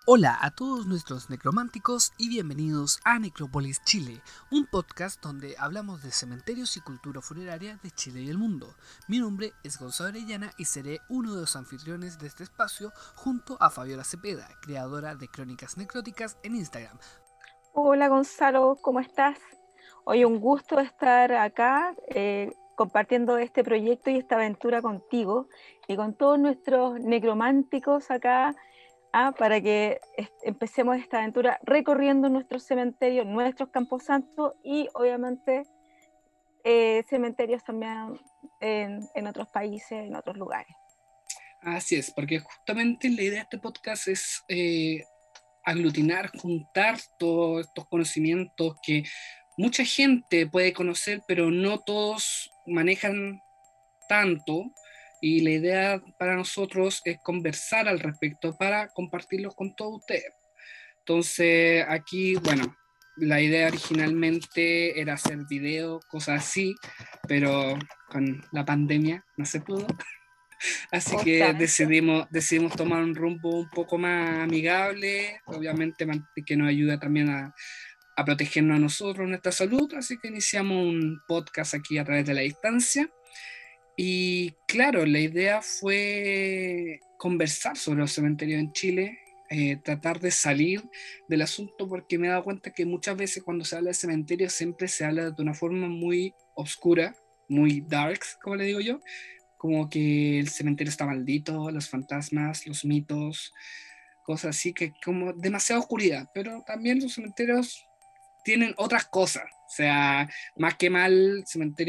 Hola a todos nuestros necrománticos y bienvenidos a Necrópolis Chile, un podcast donde hablamos de cementerios y cultura funeraria de Chile y el mundo. Mi nombre es Gonzalo Orellana y seré uno de los anfitriones de este espacio junto a Fabiola Cepeda, creadora de Crónicas Necróticas en Instagram. Hola Gonzalo, ¿cómo estás? Hoy un gusto estar acá compartiendo este proyecto y esta aventura contigo y con todos nuestros necrománticos acá para que empecemos esta aventura recorriendo nuestros cementerios, nuestros camposantos y obviamente cementerios también en otros países, en otros lugares. Así es, porque justamente la idea de este podcast es aglutinar, juntar todos estos conocimientos que mucha gente puede conocer, pero no todos manejan tanto. Y la idea para nosotros es conversar al respecto para compartirlos con todos ustedes. Entonces, aquí, bueno, la idea originalmente era hacer videos, cosas así, pero con la pandemia no se pudo. Así que Justamente. decidimos tomar un rumbo un poco más amigable, obviamente que nos ayuda también a protegernos a nosotros, nuestra salud. Así que iniciamos un podcast aquí a través de la distancia. Y claro, la idea fue conversar sobre los cementerios en Chile, tratar de salir del asunto, porque me he dado cuenta que muchas veces cuando se habla de cementerios siempre se habla de una forma muy oscura, muy darks, como le digo yo, como que el cementerio está maldito, los fantasmas, los mitos, cosas así, que como demasiada oscuridad, pero también los cementerios tienen otras cosas. O sea, más que mal,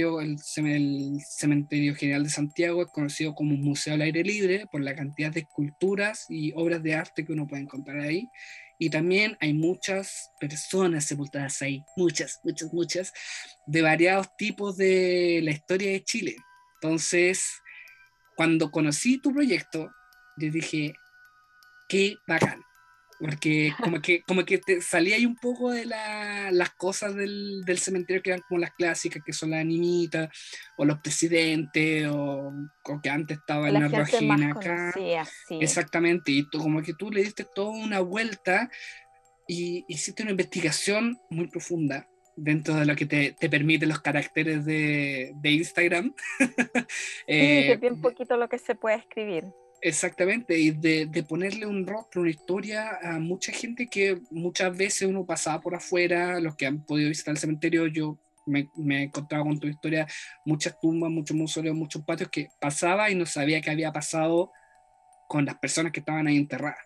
el Cementerio General de Santiago es conocido como un museo al aire libre por la cantidad de esculturas y obras de arte que uno puede encontrar ahí. Y también hay muchas personas sepultadas ahí, muchas, de variados tipos de la historia de Chile. Entonces, cuando conocí tu proyecto, yo dije, qué bacán. Porque como que te salía ahí un poco de las cosas del cementerio que eran como las clásicas, que son las animitas, o los presidentes, o que antes estaba el La Nardo gente más acá. conocida, sí. Exactamente, y tú, como que tú le diste toda una vuelta y hiciste una investigación muy profunda dentro de lo que te permiten los caracteres de Instagram. Sí, que es eh, bien poquito lo que se puede escribir. Exactamente, y de ponerle un rostro, una historia a mucha gente que muchas veces uno pasaba por afuera, los que han podido visitar el cementerio, yo me he encontrado con tu historia, muchas tumbas, muchos mausoleos, muchos patios que pasaba y no sabía qué había pasado con las personas que estaban ahí enterradas.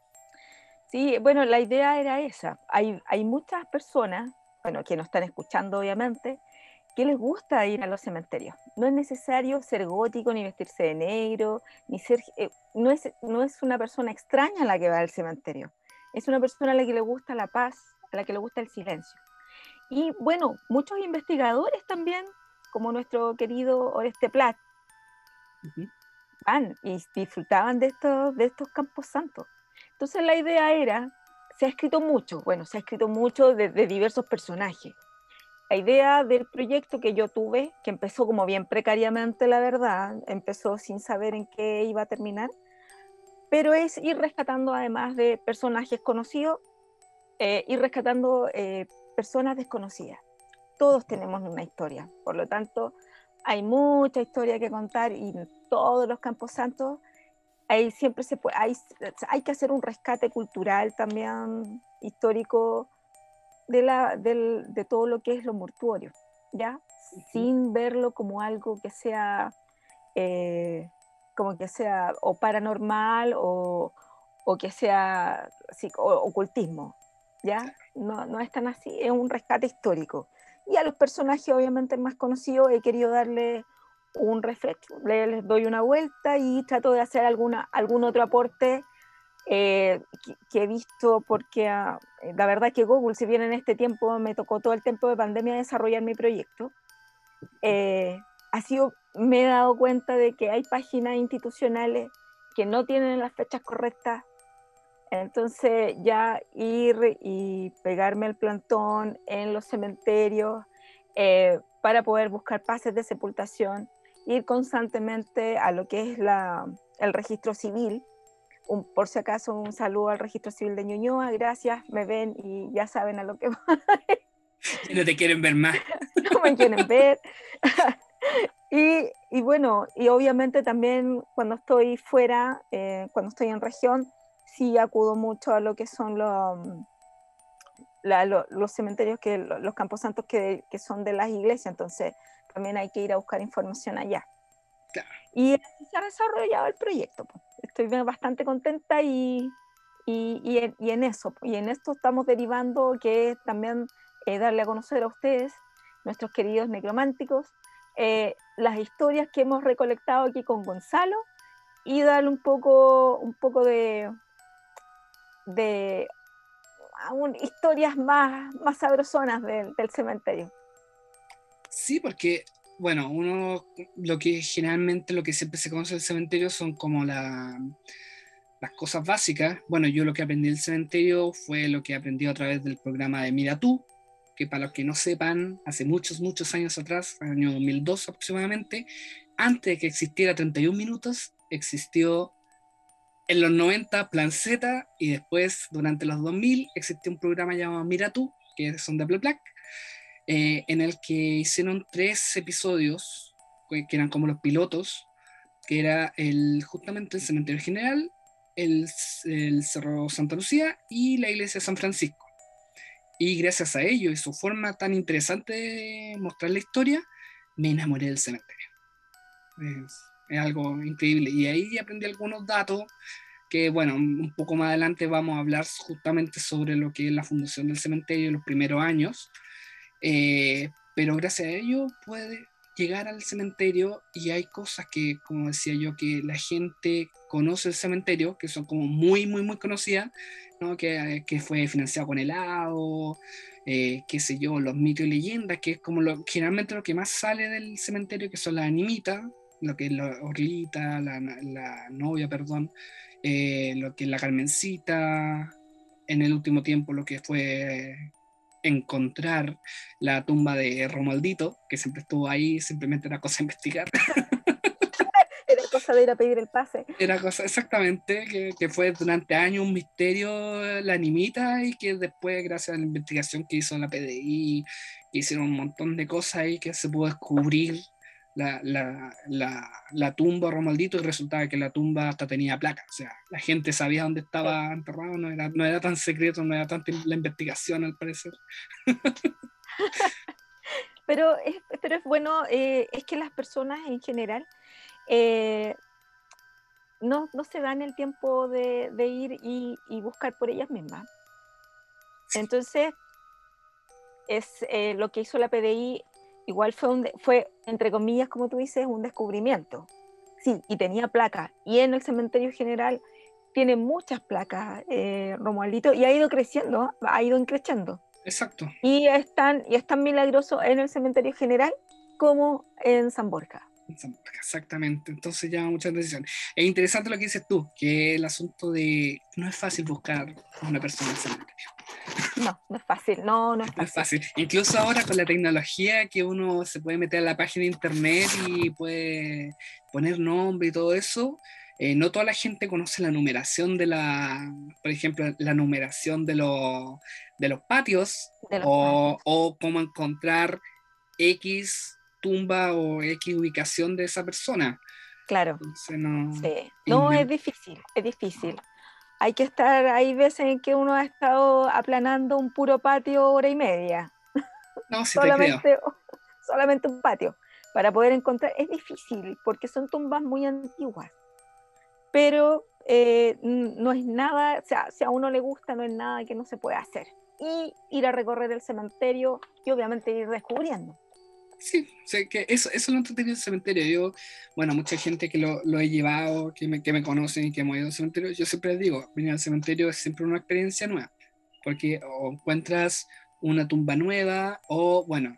Sí, bueno, la idea era esa. Hay muchas personas, bueno, que nos están escuchando obviamente, que les gusta ir a los cementerios. No es necesario ser gótico, ni vestirse de negro, ni ser, no es una persona extraña la que va al cementerio. Es una persona a la que le gusta la paz, a la que le gusta el silencio. Y bueno, muchos investigadores también, como nuestro querido Oreste Plat, Ujú. van y disfrutaban de estos campos santos. Entonces la idea era, se ha escrito mucho, bueno, se ha escrito mucho de diversos personajes. La idea del proyecto que yo tuve, que empezó como bien precariamente, la verdad, empezó sin saber en qué iba a terminar, pero es ir rescatando además de personajes conocidos, ir rescatando personas desconocidas. Todos tenemos una historia, por lo tanto, hay mucha historia que contar y en todos los campos santos ahí siempre se puede, hay que hacer un rescate cultural también histórico de todo lo que es lo mortuorio, ¿ya? Ujú. Sin verlo como algo que sea, eh, como que sea o paranormal o que sea ocultismo, ¿ya? No, no es tan así, es un rescate histórico. Y a los personajes obviamente más conocidos he querido darle un refresh, les doy una vuelta y trato de hacer algún otro aporte que he visto, porque la verdad que Google, si bien en este tiempo me tocó todo el tiempo de pandemia desarrollar mi proyecto, me he dado cuenta de que hay páginas institucionales que no tienen las fechas correctas, entonces ya ir y pegarme el plantón en los cementerios para poder buscar pases de sepultación, ir constantemente a lo que es el registro civil por si acaso, un saludo al Registro Civil de Ñuñoa, gracias, me ven y ya saben a lo que Y no te quieren ver más. no me quieren ver. Y bueno, y obviamente también cuando estoy fuera, cuando estoy en región, sí acudo mucho a lo que son los cementerios, los camposantos que son de las iglesias, entonces también hay que ir a buscar información allá. Claro. Y así se ha desarrollado el proyecto, pues. Estoy bastante contenta y en eso, y en esto estamos derivando, que es también darle a conocer a ustedes, nuestros queridos necrománticos, las historias que hemos recolectado aquí con Gonzalo, y darle un poco de historias más sabrosonas del cementerio. Sí, porque, bueno, lo que generalmente, lo que siempre se conoce del cementerio son como las cosas básicas. Bueno, yo lo que aprendí del cementerio fue lo que aprendí a través del programa de Mira Tú, que para los que no sepan, hace muchos, muchos años atrás, año 2002 aproximadamente, antes de que existiera 31 minutos, existió en los 90 Plan Z, y después, durante los 2000, existió un programa llamado Mira Tú, que son de Apple Black, en el que hicieron 3 episodios, que eran como los pilotos, que era justamente el Cementerio General, el Cerro Santa Lucía y la Iglesia de San Francisco. Y gracias a ello y su forma tan interesante de mostrar la historia, me enamoré del cementerio. Es algo increíble. Y ahí aprendí algunos datos que, bueno, un poco más adelante vamos a hablar justamente sobre lo que es la fundación del cementerio en los primeros años. Pero gracias a ello puede llegar al cementerio, y hay cosas que, como decía yo, que la gente conoce el cementerio, que son como muy, muy, muy conocidas, ¿no? Que fue financiado con helado, qué sé yo, los mitos y leyendas, que es como generalmente lo que más sale del cementerio, que son las animitas, lo que es la Orlita, la novia, perdón, lo que es la Carmencita, en el último tiempo lo que fue encontrar la tumba de Romualdito, que siempre estuvo ahí, simplemente era cosa de investigar. Era cosa de ir a pedir el pase. Era cosa exactamente, que fue durante años un misterio la animita, y que después, gracias a la investigación que hizo la PDI, que hicieron un montón de cosas ahí, que se pudo descubrir la tumba de Romualdito, y resultaba que la tumba hasta tenía placa. O sea, la gente sabía dónde estaba enterrado, no era tan secreto, no era tanta la investigación, al parecer. Pero es bueno, es que las personas en general eh, no se dan el tiempo de ir y buscar por ellas mismas. Entonces, lo que hizo la PDI igual fue, entre comillas, como tú dices, un descubrimiento. Sí, y tenía placas. Y en el cementerio general tiene muchas placas, Romualdito, y ha ido creciendo, ha ido creciendo. Exacto. Y es tan milagroso en el cementerio general como en San Borja. Exactamente, entonces llama mucha atención. Es interesante lo que dices tú, que el asunto de no es fácil buscar a una persona en cementerio. No es fácil, no es No es fácil. fácil. Incluso ahora con la tecnología, que uno se puede meter a la página de internet y puede poner nombre y todo eso, no toda la gente conoce la numeración por ejemplo, la numeración de los patios, De los patios. o cómo encontrar X tumba o X ubicación de esa persona. Claro, Entonces, no. sí. No, y- es difícil, es difícil. Hay veces en que uno ha estado aplanando un puro patio hora y media, no, sí te creo. solamente, solamente un patio, para poder encontrar. Es difícil porque son tumbas muy antiguas, pero no es nada, o sea, si a uno le gusta, no es nada que no se pueda hacer. Y ir a recorrer el cementerio y obviamente ir descubriendo. Sí, sé que eso lo entretenido del cementerio. Bueno, mucha gente que lo he llevado, que me conocen y que hemos ido al cementerio, yo siempre les digo, venir al cementerio es siempre una experiencia nueva, porque o encuentras una tumba nueva, o bueno,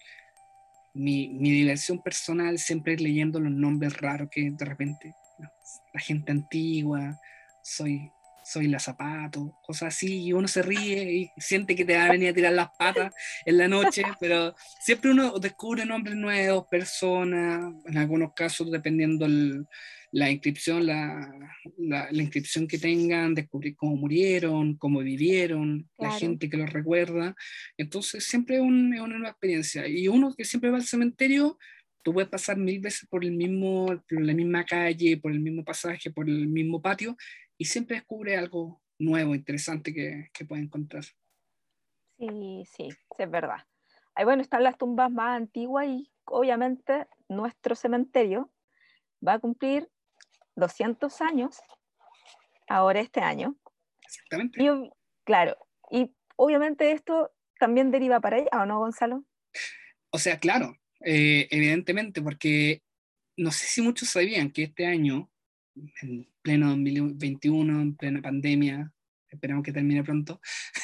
mi diversión personal siempre es leyendo los nombres raros que de repente, ¿no? La gente antigua, soy, soy la zapato, cosas así, y uno se ríe y siente que te va a venir a tirar las patas en la noche, pero siempre uno descubre nombres nuevos, personas, en algunos casos dependiendo la inscripción, la inscripción que tengan, descubrir cómo murieron, cómo vivieron, la Claro. gente que los recuerda. Entonces siempre es una nueva experiencia. Y uno que siempre va al cementerio, tú puedes pasar 1000 veces por la misma calle, por el mismo pasaje, por el mismo patio, y siempre descubre algo nuevo, interesante que puede encontrar. Sí, sí, sí, es verdad. Ahí, bueno, están las tumbas más antiguas y obviamente nuestro cementerio va a cumplir 200 años ahora este año. Exactamente. Y claro, y obviamente esto también deriva para allá, ¿o no, Gonzalo? O sea, claro, evidentemente, porque no sé si muchos sabían que este año, en pleno 2021, en plena pandemia, esperamos que termine pronto,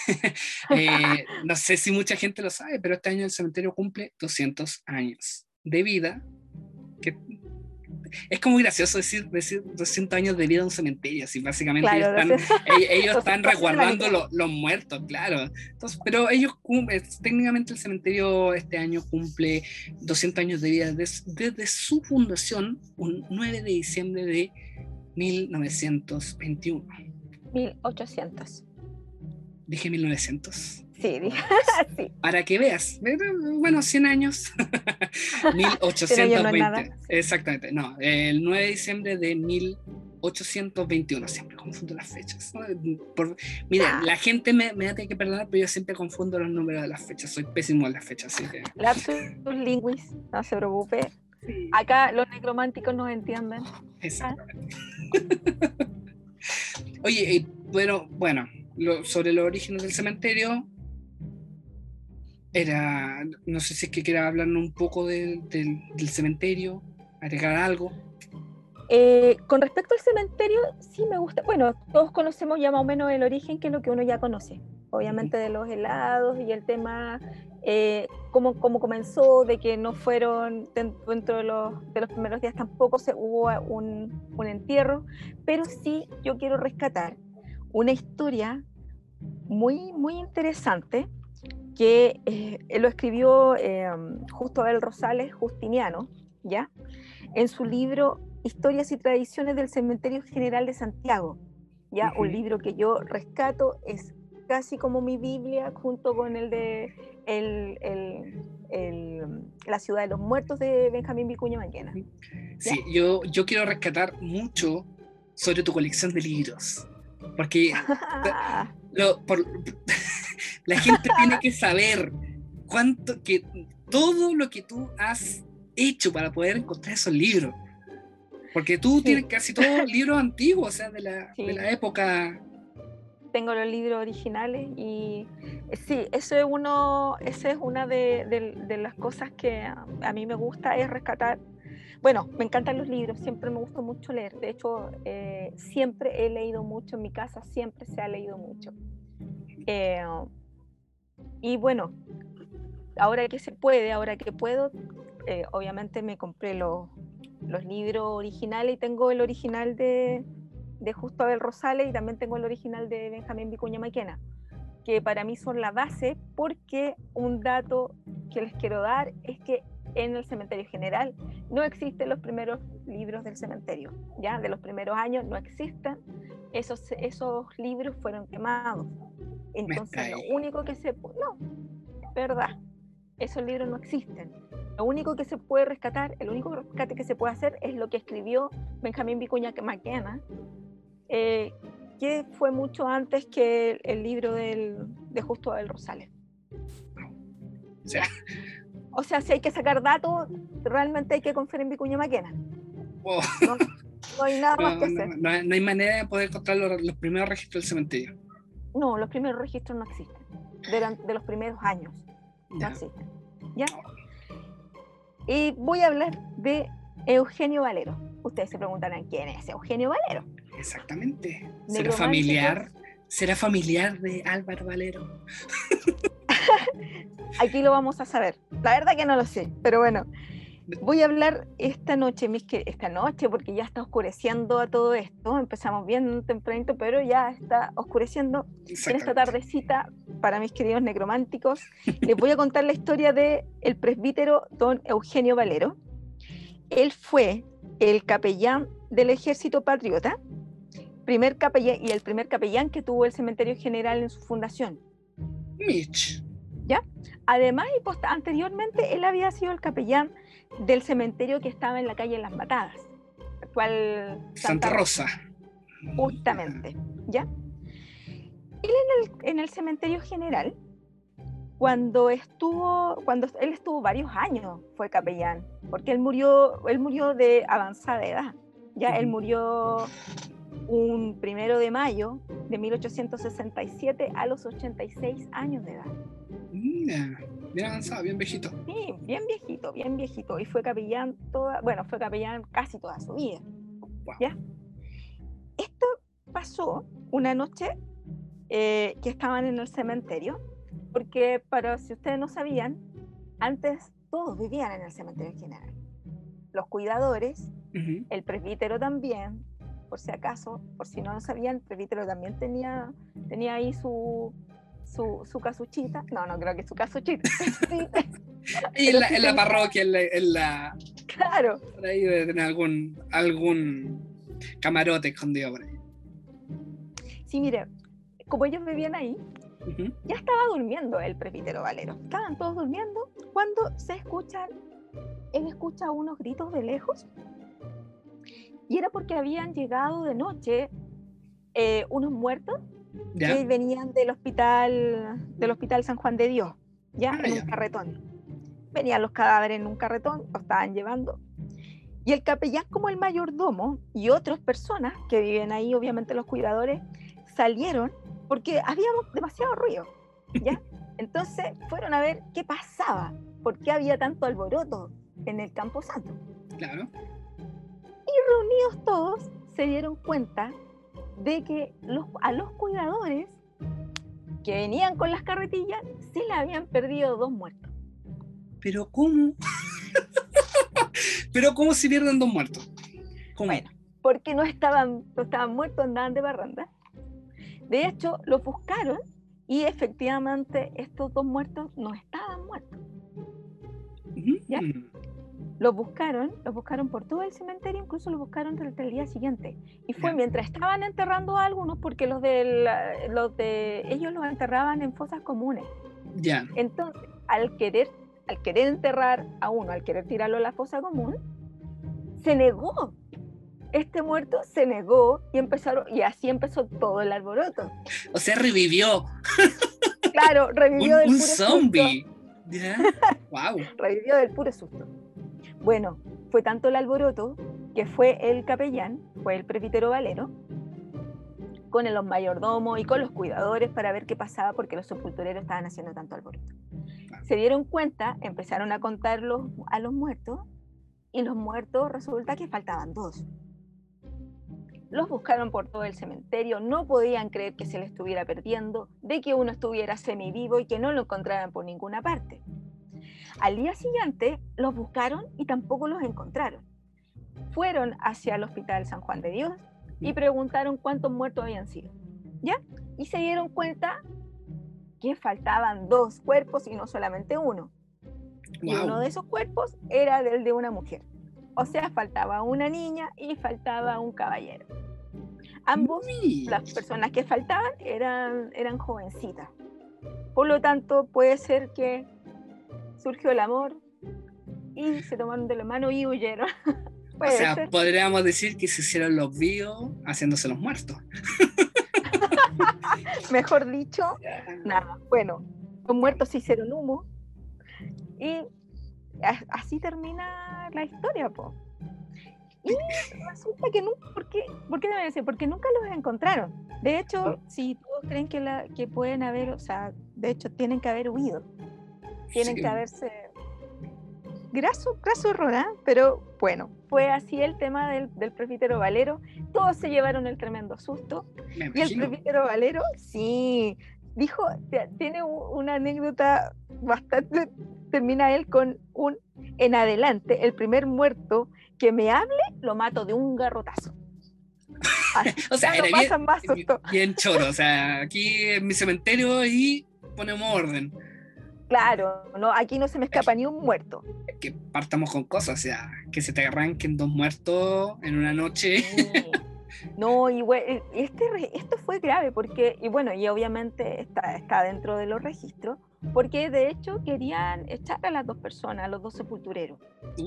no sé si mucha gente lo sabe, pero este año el cementerio cumple 200 años de vida, que es como gracioso decir 200 años de vida en un cementerio, así básicamente Claro, ellos están 200 años en la resguardando vida. los muertos, claro. Entonces, pero ellos técnicamente el cementerio este año cumple 200 años de vida desde su fundación, un 9 de diciembre de 1921. 1800. Dije 1900. Sí, sí. Para que veas, bueno, 100 años. 100 años no es nada. 1820. Exactamente, no, el 9 de diciembre de 1821, siempre confundo las fechas. Mira, la gente me va a tener que perdonar, pero yo siempre confundo los números de las fechas, soy pésimo en las fechas, así que... Lapsus linguis, no se preocupe. Acá los necrománticos nos entienden. Exactamente. Oye, bueno, sobre los orígenes del cementerio, no sé si es que quieras hablarnos un poco del cementerio, agregar algo. Con respecto al cementerio, sí me gusta. Bueno, todos conocemos ya más o menos el origen, que es lo que uno ya conoce. Obviamente de los helados y el tema, cómo comenzó, de que no fueron dentro de los primeros días tampoco hubo un entierro, pero sí yo quiero rescatar una historia muy, muy interesante que él lo escribió Justo Abel Rosales Justiniano, ¿ya? En su libro Historias y Tradiciones del Cementerio General de Santiago, ¿ya? Un libro que yo rescato, es casi como mi Biblia, junto con el de La Ciudad de los Muertos de Benjamín Vicuña Maquena. Sí, yo quiero rescatar mucho sobre tu colección de libros, porque la gente tiene que saber todo lo que tú has hecho para poder encontrar esos libros, porque tú tienes casi todos los libros antiguos, o sea, de la época. Tengo los libros originales y sí, esa es una de las cosas que a mí me gusta, es rescatar. Bueno, me encantan los libros, siempre me gustó mucho leer. De hecho, siempre he leído mucho en mi casa, siempre se ha leído mucho. Y bueno, ahora que se puede, ahora que puedo, obviamente me compré los libros originales y tengo el original de Justo Abel Rosales y también tengo el original de Benjamín Vicuña Maquena, que para mí son la base, porque un dato que les quiero dar es que en el cementerio general no existen los primeros libros del cementerio, ya de los primeros años no existen, esos libros fueron quemados. Entonces lo único que no, es verdad, esos libros no existen. Lo único que se puede rescatar, el único rescate que se puede hacer es lo que escribió Benjamín Vicuña Maquena, que fue mucho antes que el libro de Justo Abel Rosales. O sea, si hay que sacar datos, realmente hay que confiar en Vicuña Maquena. Oh. No hay nada más que hacer. No hay manera de poder encontrar los primeros registros del cementerio. No, los primeros registros no existen. De los primeros años. No existen. ¿Ya? Y voy a hablar de Eugenio Valero. Ustedes se preguntarán quién es Eugenio Valero. Exactamente. ¿Será familiar de Álvaro Valero? Aquí lo vamos a saber. La verdad que no lo sé, pero bueno. voy a hablar esta noche, porque ya está oscureciendo a todo esto. Empezamos bien tempranito, pero ya está oscureciendo. En esta tardecita, para mis queridos necrománticos, les voy a contar la historia del presbítero don Eugenio Valero. Él fue el capellán del Ejército Patriota, primer capellán que tuvo el Cementerio General en su fundación. Mitch. ¿Ya? Además, anteriormente, él había sido el capellán del cementerio que estaba en la calle Las Matadas, actual Santa Rosa. Justamente, ¿ya? Él en el cementerio general, cuando él estuvo varios años, fue capellán, porque él murió de avanzada edad, ¿ya? Él murió un 1 de mayo de 1867 a los 86 años de edad. Mira, bien avanzado, bien viejito. Sí, bien viejito. Y fue capellán casi toda su vida. Wow. ¿Ya? Esto pasó una noche que estaban en el cementerio, porque si ustedes no sabían, antes todos vivían en el cementerio en general. Los cuidadores, el presbítero también, por si acaso, por si no lo sabían, el presbítero también tenía ahí su casuchita. No creo que su casuchita. Y en la parroquia, Claro. Por ahí debe tener algún camarote escondido por ahí. Sí, mire, como ellos vivían ahí, ya estaba durmiendo el presbítero Valero. Estaban todos durmiendo cuando él escucha unos gritos de lejos, y era porque habían llegado de noche unos muertos. ¿Ya? Que venían del hospital San Juan de Dios, en un carretón. Venían los cadáveres en un carretón, los estaban llevando. Y el capellán, como el mayordomo y otras personas que viven ahí, obviamente los cuidadores, salieron porque había demasiado ruido, ¿ya? Entonces fueron a ver qué pasaba, por qué había tanto alboroto en el Camposanto. Claro. Y reunidos todos, se dieron cuenta de que a los cuidadores que venían con las carretillas se le habían perdido 2 muertos. ¿Pero cómo? ¿Pero cómo se pierden 2 muertos? ¿Cómo? Bueno, porque no estaban muertos, andaban de parranda. De hecho, los buscaron y efectivamente estos 2 muertos no estaban muertos. ¿Ya? Los buscaron por todo el cementerio, incluso los buscaron desde el día siguiente. Y fue mientras estaban enterrando a algunos, porque ellos los enterraban en fosas comunes. Ya. Entonces, al querer enterrar a uno, al querer tirarlo a la fosa común, se negó. Este muerto se negó y así empezó todo el alboroto. O sea, revivió. Claro, revivió del puro susto. Un zombie. ¿Ya? Wow. Revivió del puro susto. Bueno, fue tanto el alboroto que fue el capellán, fue el presbítero Valero, con los mayordomos y con los cuidadores para ver qué pasaba, porque los sepultureros estaban haciendo tanto alboroto. Se dieron cuenta, empezaron a contar a los muertos, y los muertos resulta que faltaban 2. Los buscaron por todo el cementerio, no podían creer que se les estuviera perdiendo, de que uno estuviera semivivo y que no lo encontraran por ninguna parte. Al día siguiente los buscaron y tampoco los encontraron. Fueron hacia el hospital San Juan de Dios y preguntaron cuántos muertos habían sido, ¿ya? Y se dieron cuenta que faltaban 2 cuerpos y no solamente uno. Y uno de esos cuerpos era el de una mujer. O sea, faltaba una niña y faltaba un caballero. Ambos, las personas que faltaban, eran jovencitas. Por lo tanto, puede ser que surgió el amor y se tomaron de la mano y huyeron. O sea, podríamos decir que se hicieron los vivos haciéndose los muertos. Mejor dicho, nada. Bueno, los muertos se hicieron humo y así termina la historia, po. Y resulta que nunca, ¿por qué debe decir? Porque nunca los encontraron. De hecho, si todos creen que pueden haber, o sea, de hecho tienen que haber huido. Tienen que haberse... Graso error, ¿eh? Pero bueno, fue así el tema del presbítero Valero. Todos se llevaron el tremendo susto. Y el presbítero Valero, sí, dijo, tiene una anécdota bastante termina él con un, en adelante, el primer muerto que me hable, lo mato de un garrotazo. Así, O sea, ya no era pasan más susto. bien choro. O sea, aquí en mi cementerio y ponemos orden. Claro, no, aquí no se me escapa ni un muerto. Que partamos con cosas, o sea, que se te arranquen 2 muertos en una noche. Sí. No, y bueno, esto fue grave porque, y bueno, y obviamente está dentro de los registros, porque de hecho querían echar a las 2 personas, a los 2 sepultureros.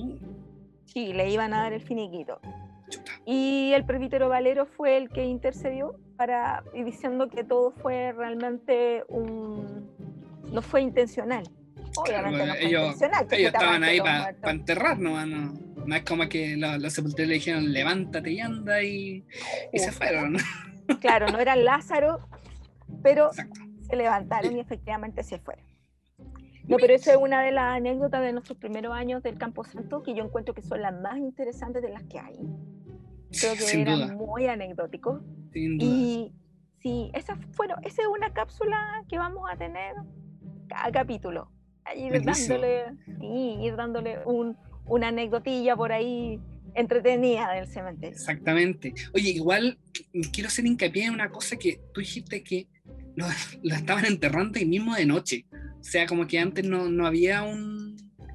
Sí, le iban a dar el finiquito. Chuta. Y el presbítero Valero fue el que intercedió y diciendo que todo fue realmente no fue intencional. Obviamente Claro, no fue intencional. Que ellos se te estaban ahí arranquen los para muertos. enterrar, no es como que los sepultureros le dijeron levántate y anda y se fueron. Claro, no eran Lázaro, pero Exacto. se levantaron y efectivamente se fueron. No, pero eso es una de las anécdotas de nuestros primeros años del Camposanto que yo encuentro que son las más interesantes de las que hay. Creo que Sin eran duda. muy anecdóticos. Sin duda. Y sí, esa es una cápsula que vamos a tener cada capítulo. Ir dándole una anecdotilla por ahí entretenida del cementerio. Exactamente. Oye, igual quiero hacer hincapié en una cosa que tú dijiste que lo estaban enterrando ahí mismo de noche. O sea, como que antes no había un...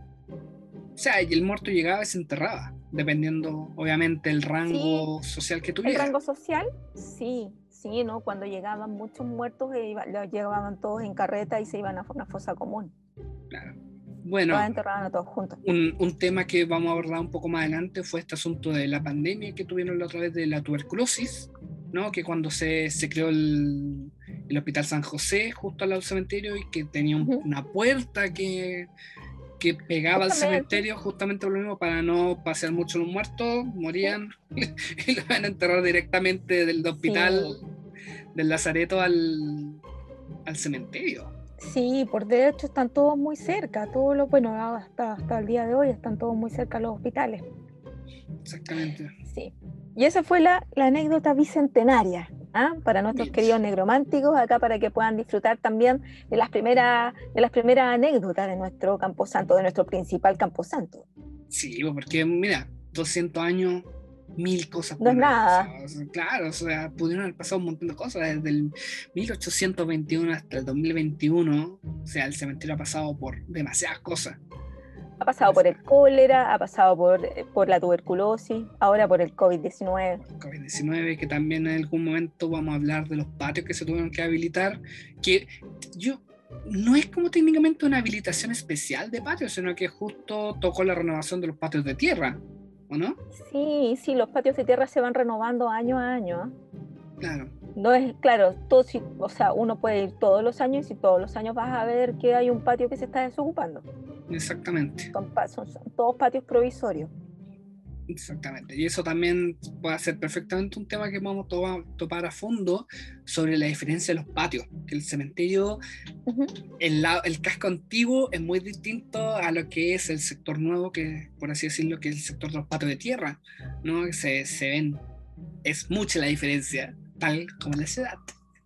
O sea, y el muerto llegaba y se enterraba, dependiendo, obviamente, el rango social que tuviera. El rango social, sí, ¿no? Cuando llegaban muchos muertos, los llevaban todos en carreta y se iban a una fosa común. Claro. Bueno, los enterraban a todos juntos. Un tema que vamos a abordar un poco más adelante fue este asunto de la pandemia que tuvieron la otra vez de la tuberculosis, ¿no? Que cuando se creó el Hospital San José justo al lado del cementerio y que tenía una puerta que pegaba al cementerio justamente por lo mismo, para no pasear mucho los muertos, morían y los van a enterrar directamente del hospital, del lazareto al cementerio. Sí, por de hecho están todos muy cerca, hasta el día de hoy están todos muy cerca los hospitales. Exactamente. Sí. Y esa fue la anécdota bicentenaria, para nuestros queridos negrománticos, acá para que puedan disfrutar también de las primeras anécdotas de nuestro camposanto, de nuestro principal camposanto. Sí, porque mira, 200 años, 1000 cosas. No es nada. Claro, o sea, pudieron haber pasado un montón de cosas desde el 1821 hasta el 2021. O sea, el cementerio ha pasado por demasiadas cosas. Ha pasado por el cólera, ha pasado por la tuberculosis, ahora por el COVID-19. COVID-19, que también en algún momento vamos a hablar de los patios que se tuvieron que habilitar, que no es como técnicamente una habilitación especial de patios, sino que justo tocó la renovación de los patios de tierra, ¿o no? Sí, los patios de tierra se van renovando año a año. Claro. No es, claro, o sea, uno puede ir todos los años y todos los años vas a ver que hay un patio que se está desocupando. Exactamente. Son todos patios provisorios. Exactamente. Y eso también puede ser perfectamente un tema que vamos a topar a fondo sobre la diferencia de los patios. Que el cementerio, el casco antiguo es muy distinto a lo que es el sector nuevo, que por así decirlo, que es el sector de los patios de tierra, ¿no? Se ven, es mucha la diferencia, tal como la ciudad.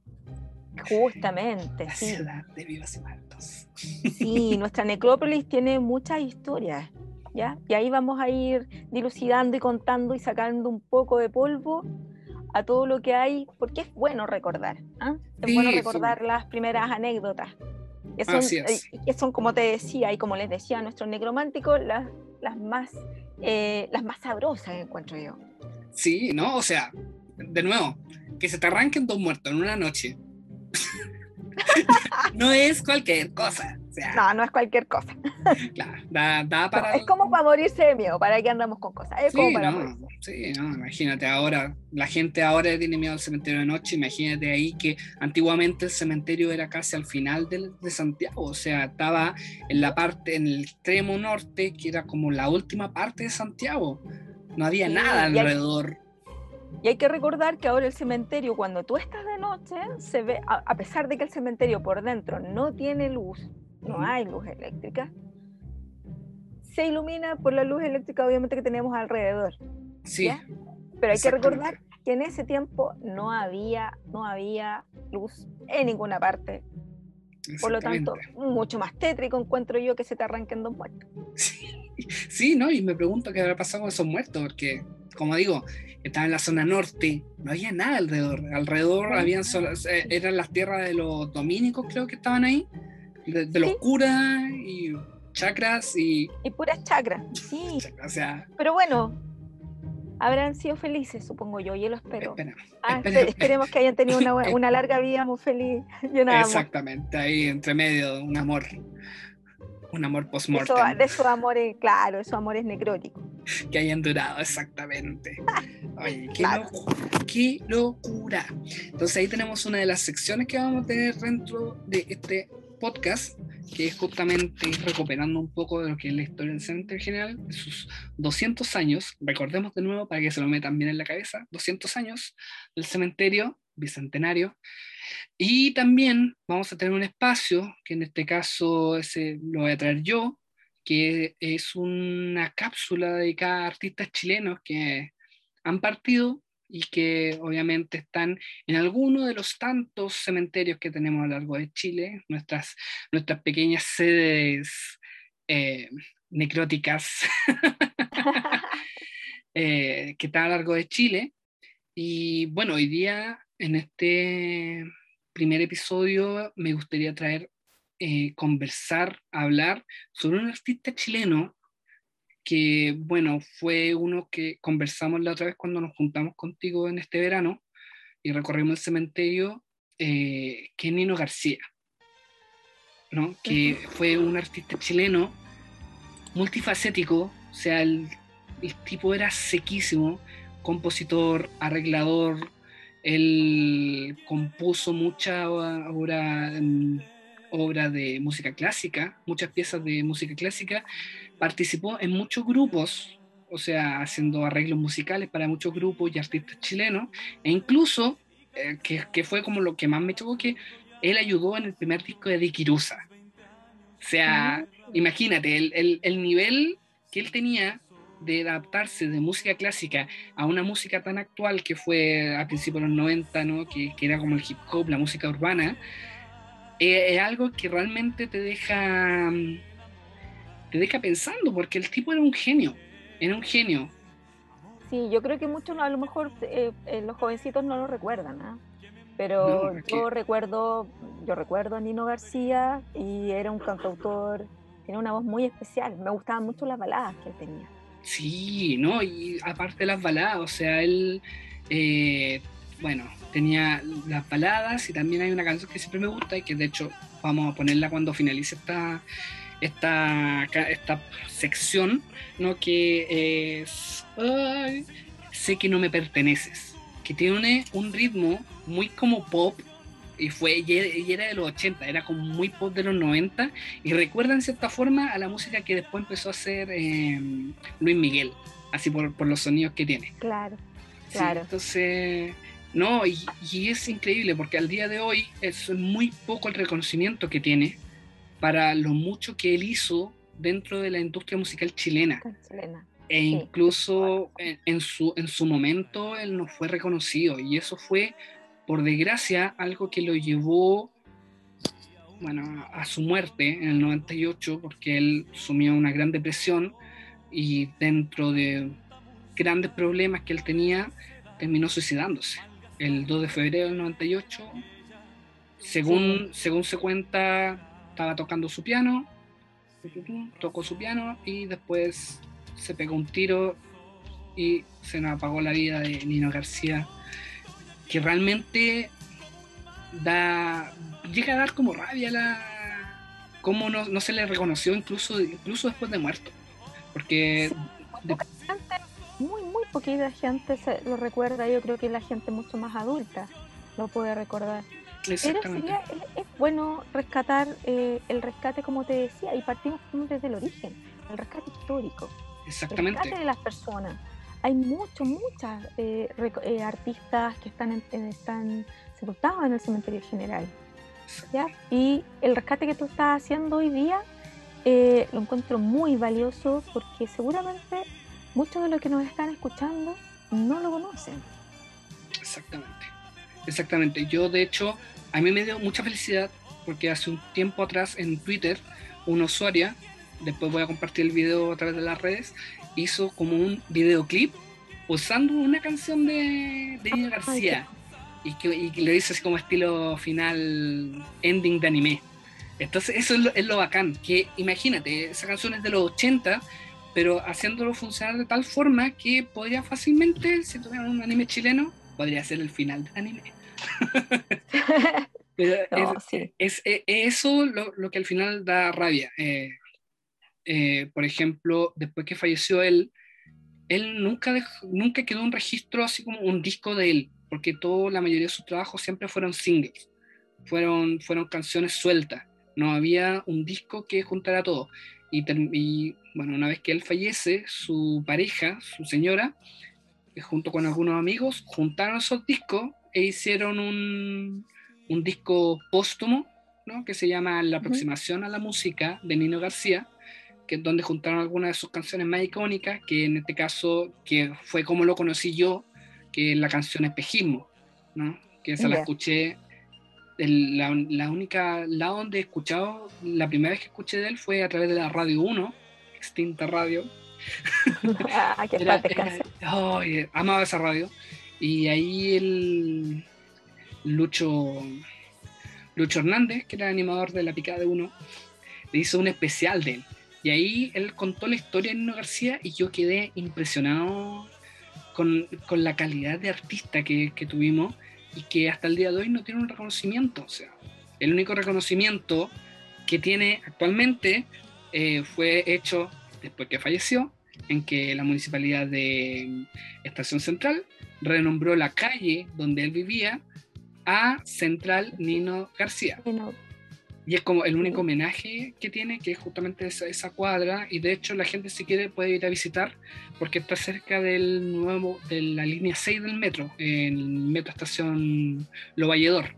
Justamente, la ciudad de vivos y muertos. Sí, nuestra necrópolis tiene muchas historias, ¿ya? Y ahí vamos a ir dilucidando y contando y sacando un poco de polvo a todo lo que hay, porque es bueno recordar, es bueno recordar las primeras anécdotas, que son, como te decía y como les decía a nuestros necrománticos, las más sabrosas, encuentro yo. Sí, ¿no? O sea, de nuevo, que se te arranquen 2 muertos en una noche. No es cualquier cosa. O sea, no es cualquier cosa. Claro, da para... Es como para morirse de miedo, ¿para qué andamos con cosas? Es como para morirse. Sí, imagínate ahora, la gente ahora tiene miedo al cementerio de noche, imagínate ahí que antiguamente el cementerio era casi al final de Santiago, o sea, estaba en el extremo norte, que era como la última parte de Santiago, no había nada alrededor. Y hay que recordar que ahora el cementerio, cuando tú estás de noche, se ve, a pesar de que el cementerio por dentro no tiene luz, no hay luz eléctrica, se ilumina por la luz eléctrica obviamente que tenemos alrededor. Sí. ¿Ya? Pero hay que recordar que en ese tiempo no había luz en ninguna parte. Por lo tanto, Exactamente. mucho más tétrico encuentro yo que se te arranquen 2 muertos. Sí, ¿no? Y me pregunto qué habrá pasado con esos muertos, porque, como digo, estaba en la zona norte, no había nada alrededor. Alrededor No había habían solo, eran las tierras de los dominicos, creo que estaban ahí, de los Sí, curas y chakras y. y puras chakras, sí. O sea, Pero bueno, habrán sido felices, supongo yo, y lo espero. esperemos, esperemos. Esperemos que hayan tenido una larga vida muy feliz, llena de amor. Exactamente, ahí entre medio, un amor Eso, post-mortem, de esos amores, claro, esos amores necróticos. que hayan durado, exactamente. Oye, Claro. qué locura. Entonces ahí tenemos una de las secciones que vamos a tener dentro de este podcast, que es justamente ir recuperando un poco de lo que es la historia del cementerio general, de sus 200 años. Recordemos de nuevo para que se lo metan bien en la cabeza, 200 años del cementerio bicentenario. Y también vamos a tener un espacio, que en este caso ese lo voy a traer yo, que es una cápsula dedicada a artistas chilenos que han partido y que obviamente están en alguno de los tantos cementerios que tenemos a lo largo de Chile, nuestras pequeñas sedes eh, necróticas que están a lo largo de Chile. Y bueno, hoy día en este primer episodio me gustaría traer, conversar, hablar sobre un artista chileno que, bueno, fue uno que conversamos la otra vez cuando nos juntamos contigo en este verano y recorrimos el cementerio, que es Nino García, ¿no? Que Ujú. fue un artista chileno multifacético, o sea, el tipo era sequísimo, compositor, arreglador, él compuso mucha obra de música clásica, muchas piezas de música clásica, participó en muchos grupos, o sea, haciendo arreglos musicales para muchos grupos y artistas chilenos, e incluso, que fue como lo que más me chocó, que él ayudó en el primer disco de Dikirusa. O Mm, sea, imagínate el nivel que él tenía de adaptarse de música clásica a una música tan actual que fue a principios de los 90, ¿no? Que era como el hip hop, la música urbana, es algo que realmente te deja pensando, porque el tipo era un genio. Sí, yo creo que muchos a lo mejor los jovencitos no lo recuerdan, ¿ah? No, Pero es que yo recuerdo a Nino García y era un cantautor, tenía una voz muy especial, me gustaban mucho las baladas que él tenía. sí, ¿no? Y aparte de las baladas, o sea, él, eh, bueno, tenía las baladas y también hay una canción que siempre me gusta y que de hecho vamos a ponerla cuando finalice esta sección, ¿no? Que es ay, Sé que no me perteneces, que tiene un ritmo muy como pop y era de los 80, era como muy pop de los 90 y recuerda en cierta forma a la música que después empezó a hacer Luis Miguel, así por los sonidos que tiene. Claro, Sí, claro. entonces, no, y es increíble porque al día de hoy es muy poco el reconocimiento que tiene para lo mucho que él hizo dentro de la industria musical chilena. Tan chilena. E Sí, incluso en su momento él no fue reconocido y eso fue, por desgracia, algo que lo llevó, bueno, a su muerte en el 98 porque él sumió una gran depresión y dentro de grandes problemas que él tenía terminó suicidándose el 2 de febrero del 98. sí. Según se cuenta, estaba tocando su piano, tocó su piano y después se pegó un tiro y se nos apagó la vida de Nino García, que realmente llega a dar como rabia cómo no se le reconoció incluso después de muerto. Porque Sí, muy de- poca gente, muy poquita gente lo recuerda. Yo creo que la gente mucho más adulta lo puede recordar. Pero exactamente, es bueno rescatar el rescate, como te decía, y partimos desde el origen, el rescate histórico, el exactamente, rescate de las personas. Hay muchas artistas que están sepultados en el cementerio general, ¿ya? Y el rescate que tú estás haciendo hoy día lo encuentro muy valioso porque seguramente muchos de los que nos están escuchando no lo conocen. exactamente. Exactamente. Yo, de hecho, a mí me dio mucha felicidad porque hace un tiempo atrás en Twitter una usuaria, después voy a compartir el video a través de las redes, hizo como un videoclip usando una canción de Nino Ay, qué... García y lo hizo así como estilo final ending de anime. Entonces eso es lo bacán, que imagínate, esa canción es de los 80, pero haciéndolo funcionar de tal forma que podría fácilmente, si tuviera un anime chileno, podría ser el final del anime. Pero No, sí. es eso lo que al final da rabia. Por ejemplo, después que falleció él nunca quedó un registro así como un disco de él, porque la mayoría de sus trabajos siempre fueron singles, fueron canciones sueltas, no había un disco que juntara todo. Y bueno, una vez que él fallece, su pareja, su señora, junto con algunos amigos, juntaron esos discos e hicieron un disco póstumo, ¿no? Que se llama La Ujú. aproximación a la música de Nino García, que es donde juntaron algunas de sus canciones más icónicas, que en este caso, que fue como lo conocí yo, que es la canción Espejismo, ¿no? Que esa la Ya. escuché, la única lado donde he escuchado, la primera vez que escuché de él fue a través de la Radio Uno, extinta radio. Ah, que paz descanse. Amaba esa radio. Y ahí el Lucho, Lucho Hernández, que era animador de La Picada de Uno, le hizo un especial de él. Y ahí él contó la historia de Nino García y yo quedé impresionado con la calidad de artista que tuvimos y que hasta el día de hoy no tiene un reconocimiento. O sea, el único reconocimiento que tiene actualmente fue hecho después que falleció, en que la municipalidad de Estación Central renombró la calle donde él vivía a Central Nino García. Bueno, Y es como el único sí. homenaje que tiene, que es justamente esa cuadra, y de hecho la gente si quiere puede ir a visitar, porque está cerca de la línea 6 del metro, en Metro Estación Lo Valledor.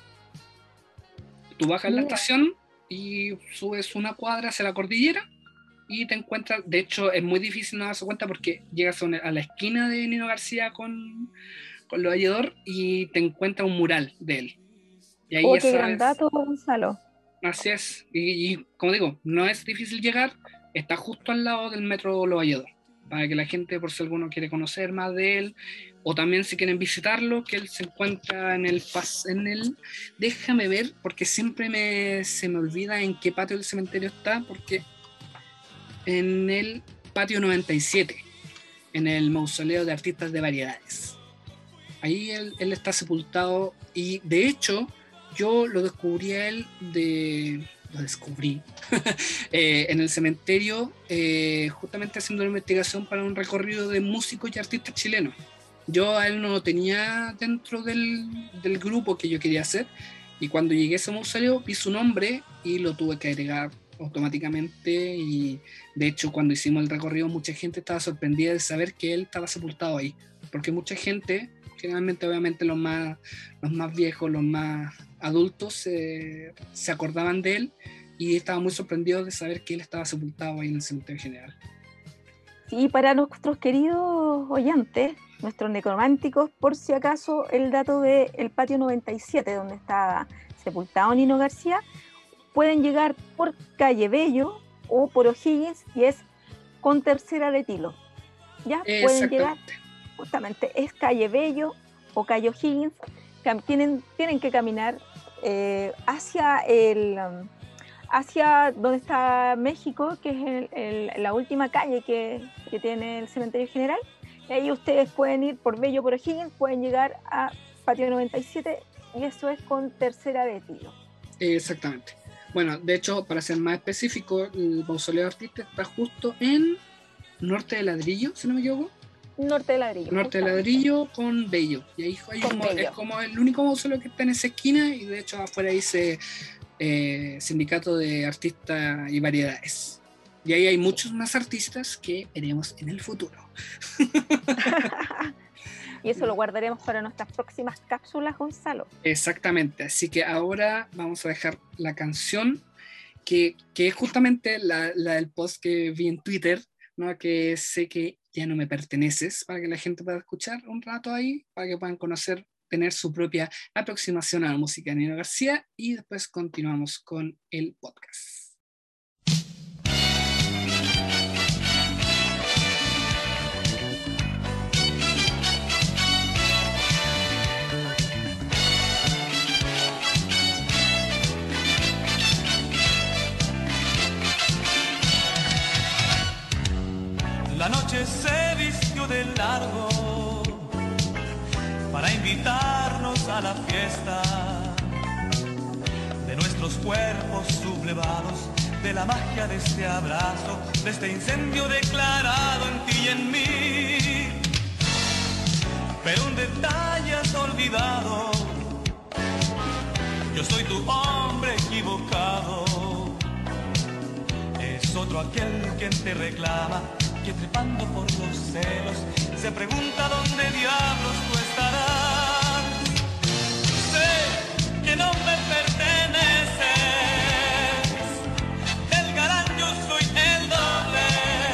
Tú bajas la Mira, estación y subes una cuadra hacia la cordillera y te encuentras, de hecho es muy difícil no darse cuenta porque llegas a la esquina de Nino García con Lo Valledor y te encuentras un mural de él. Y ahí oh, ya qué gran sabes. dato, Gonzalo. Así es, y como digo, no es difícil llegar, está justo al lado del metro Lo Valledor, para que la gente, por si alguno quiere conocer más de él, o también si quieren visitarlo, que él se encuentra déjame ver, porque siempre se me olvida en qué patio del cementerio está, porque en el patio 97, en el mausoleo de artistas de variedades. Ahí él está sepultado y de hecho yo lo descubrí a él lo descubrí en el cementerio justamente haciendo una investigación para un recorrido de músicos y artistas chilenos. Yo a él no lo tenía dentro del grupo que yo quería hacer y cuando llegué a ese mausoleo vi su nombre y lo tuve que agregar automáticamente y de hecho cuando hicimos el recorrido mucha gente estaba sorprendida de saber que él estaba sepultado ahí, porque mucha gente, generalmente obviamente los más viejos, los más adultos se acordaban de él y estaban muy sorprendidos de saber que él estaba sepultado ahí en el cementerio general. Sí, para nuestros queridos oyentes, nuestros necrománticos, por si acaso, el dato del patio 97, donde está sepultado Nino García, pueden llegar por Calle Bello o por O'Higgins y es con tercera de Tilo. Ya pueden llegar, Exactamente. justamente es Calle Bello o Calle O'Higgins, tienen que caminar hacia hacia donde está México, que es la última calle que tiene el cementerio general. Y ahí ustedes pueden ir por Bello, por O'Higgins, pueden llegar a Patio 97 y eso es con tercera de Tilo. Exactamente. Bueno, de hecho, para ser más específico, el mausoleo de artistas está justo en Norte de Ladrillo, si no me equivoco. Norte de Ladrillo, Norte de justamente. Ladrillo con Bello. Y ahí Con es Bello. como el único mausoleo que está en esa esquina y de hecho afuera dice Sindicato de Artistas y Variedades. Y ahí hay Sí. muchos más artistas que veremos en el futuro. Y eso lo guardaremos para nuestras próximas cápsulas, Gonzalo. Exactamente, así que ahora vamos a dejar la canción que es justamente la del post que vi en Twitter, ¿no? Que sé que ya no me perteneces, para que la gente pueda escuchar un rato ahí, para que puedan conocer tener su propia aproximación a la música de Nino García y después continuamos con el podcast. La noche se vistió de largo para invitarnos a la fiesta de nuestros cuerpos sublevados, de la magia de este abrazo, de este incendio declarado en ti y en mí. Pero un detalle has olvidado: yo soy tu hombre equivocado. Es otro aquel quien te reclama, que trepando por los celos se pregunta dónde diablos tú estarás. Sé que no me perteneces, del galán yo soy el doble,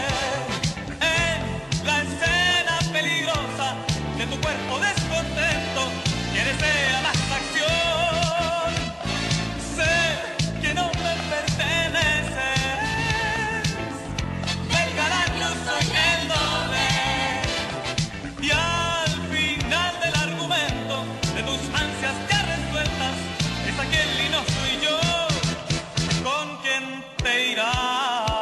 en la escena peligrosa de tu cuerpo descontento que desea más acción. Sé que no me perteneces, soy el doble, y al final del argumento de tus ansias ya resueltas es aquel y no soy yo con quien te irás.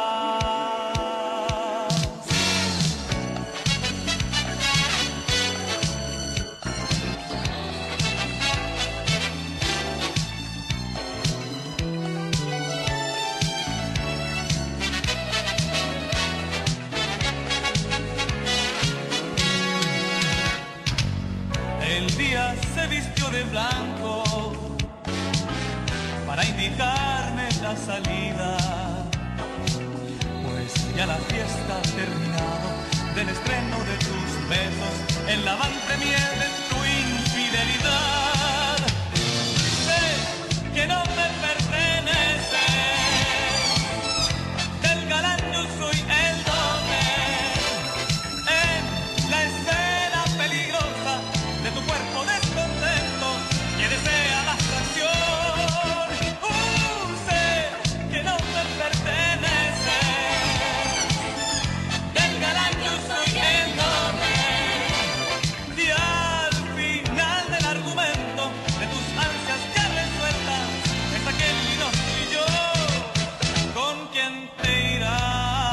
El día se vistió de blanco para indicarme la salida, pues ya la fiesta ha terminado del estreno de tus besos en la van premier de tu infidelidad. Sé que no me pertenece, del galán yo soy el doble, en la escena peligrosa de tu cuerpo descontento que desea la atracción. Sé que no me pertenece, del galán yo soy el doble, y al final del argumento de tus ansias ya resueltas es aquel y no soy yo con quien te irás.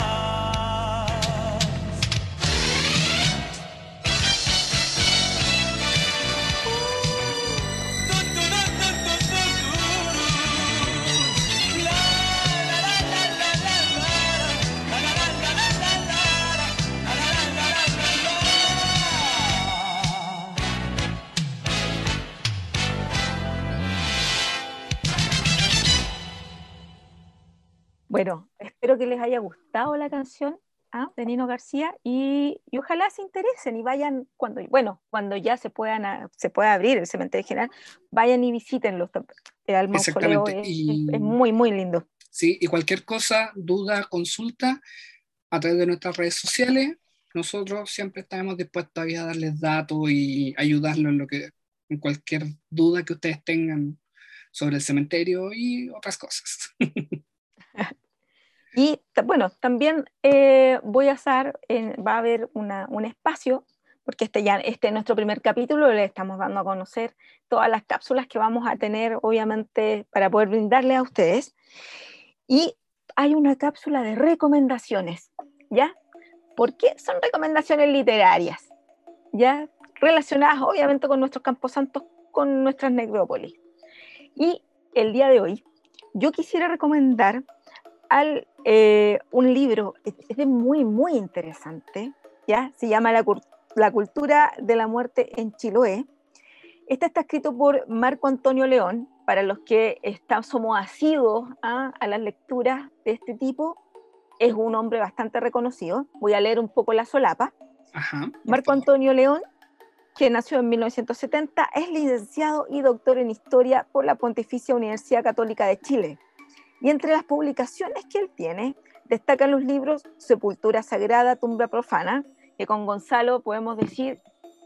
Bueno, espero que les haya gustado la canción de Nino García y ojalá se interesen y vayan cuando ya se pueda abrir el cementerio general, vayan y visítenlo. El mausoleo es muy, muy lindo. Sí, y cualquier cosa, duda, consulta, a través de nuestras redes sociales, nosotros siempre estaremos dispuestos a darles datos y ayudarlos en cualquier duda que ustedes tengan sobre el cementerio y otras cosas. Y bueno, también va a haber un espacio, porque este es nuestro primer capítulo, le estamos dando a conocer todas las cápsulas que vamos a tener, obviamente, para poder brindarles a ustedes. Y hay una cápsula de recomendaciones, ¿ya? ¿Por qué? Son recomendaciones literarias, ¿ya? Relacionadas, obviamente, con nuestros camposantos, con nuestras necrópolis. Y el día de hoy, yo quisiera recomendar un libro, es muy, muy interesante, ¿ya? Se llama La cultura de la muerte en Chiloé. Este está escrito por Marco Antonio León. Para los que somos asiduos a las lecturas de este tipo, es un hombre bastante reconocido. Voy a leer un poco la solapa. Ajá, Marco Antonio León, que nació en 1970, es licenciado y doctor en Historia por la Pontificia Universidad Católica de Chile. Y entre las publicaciones que él tiene, destacan los libros Sepultura Sagrada, Tumba Profana, que con Gonzalo podemos decir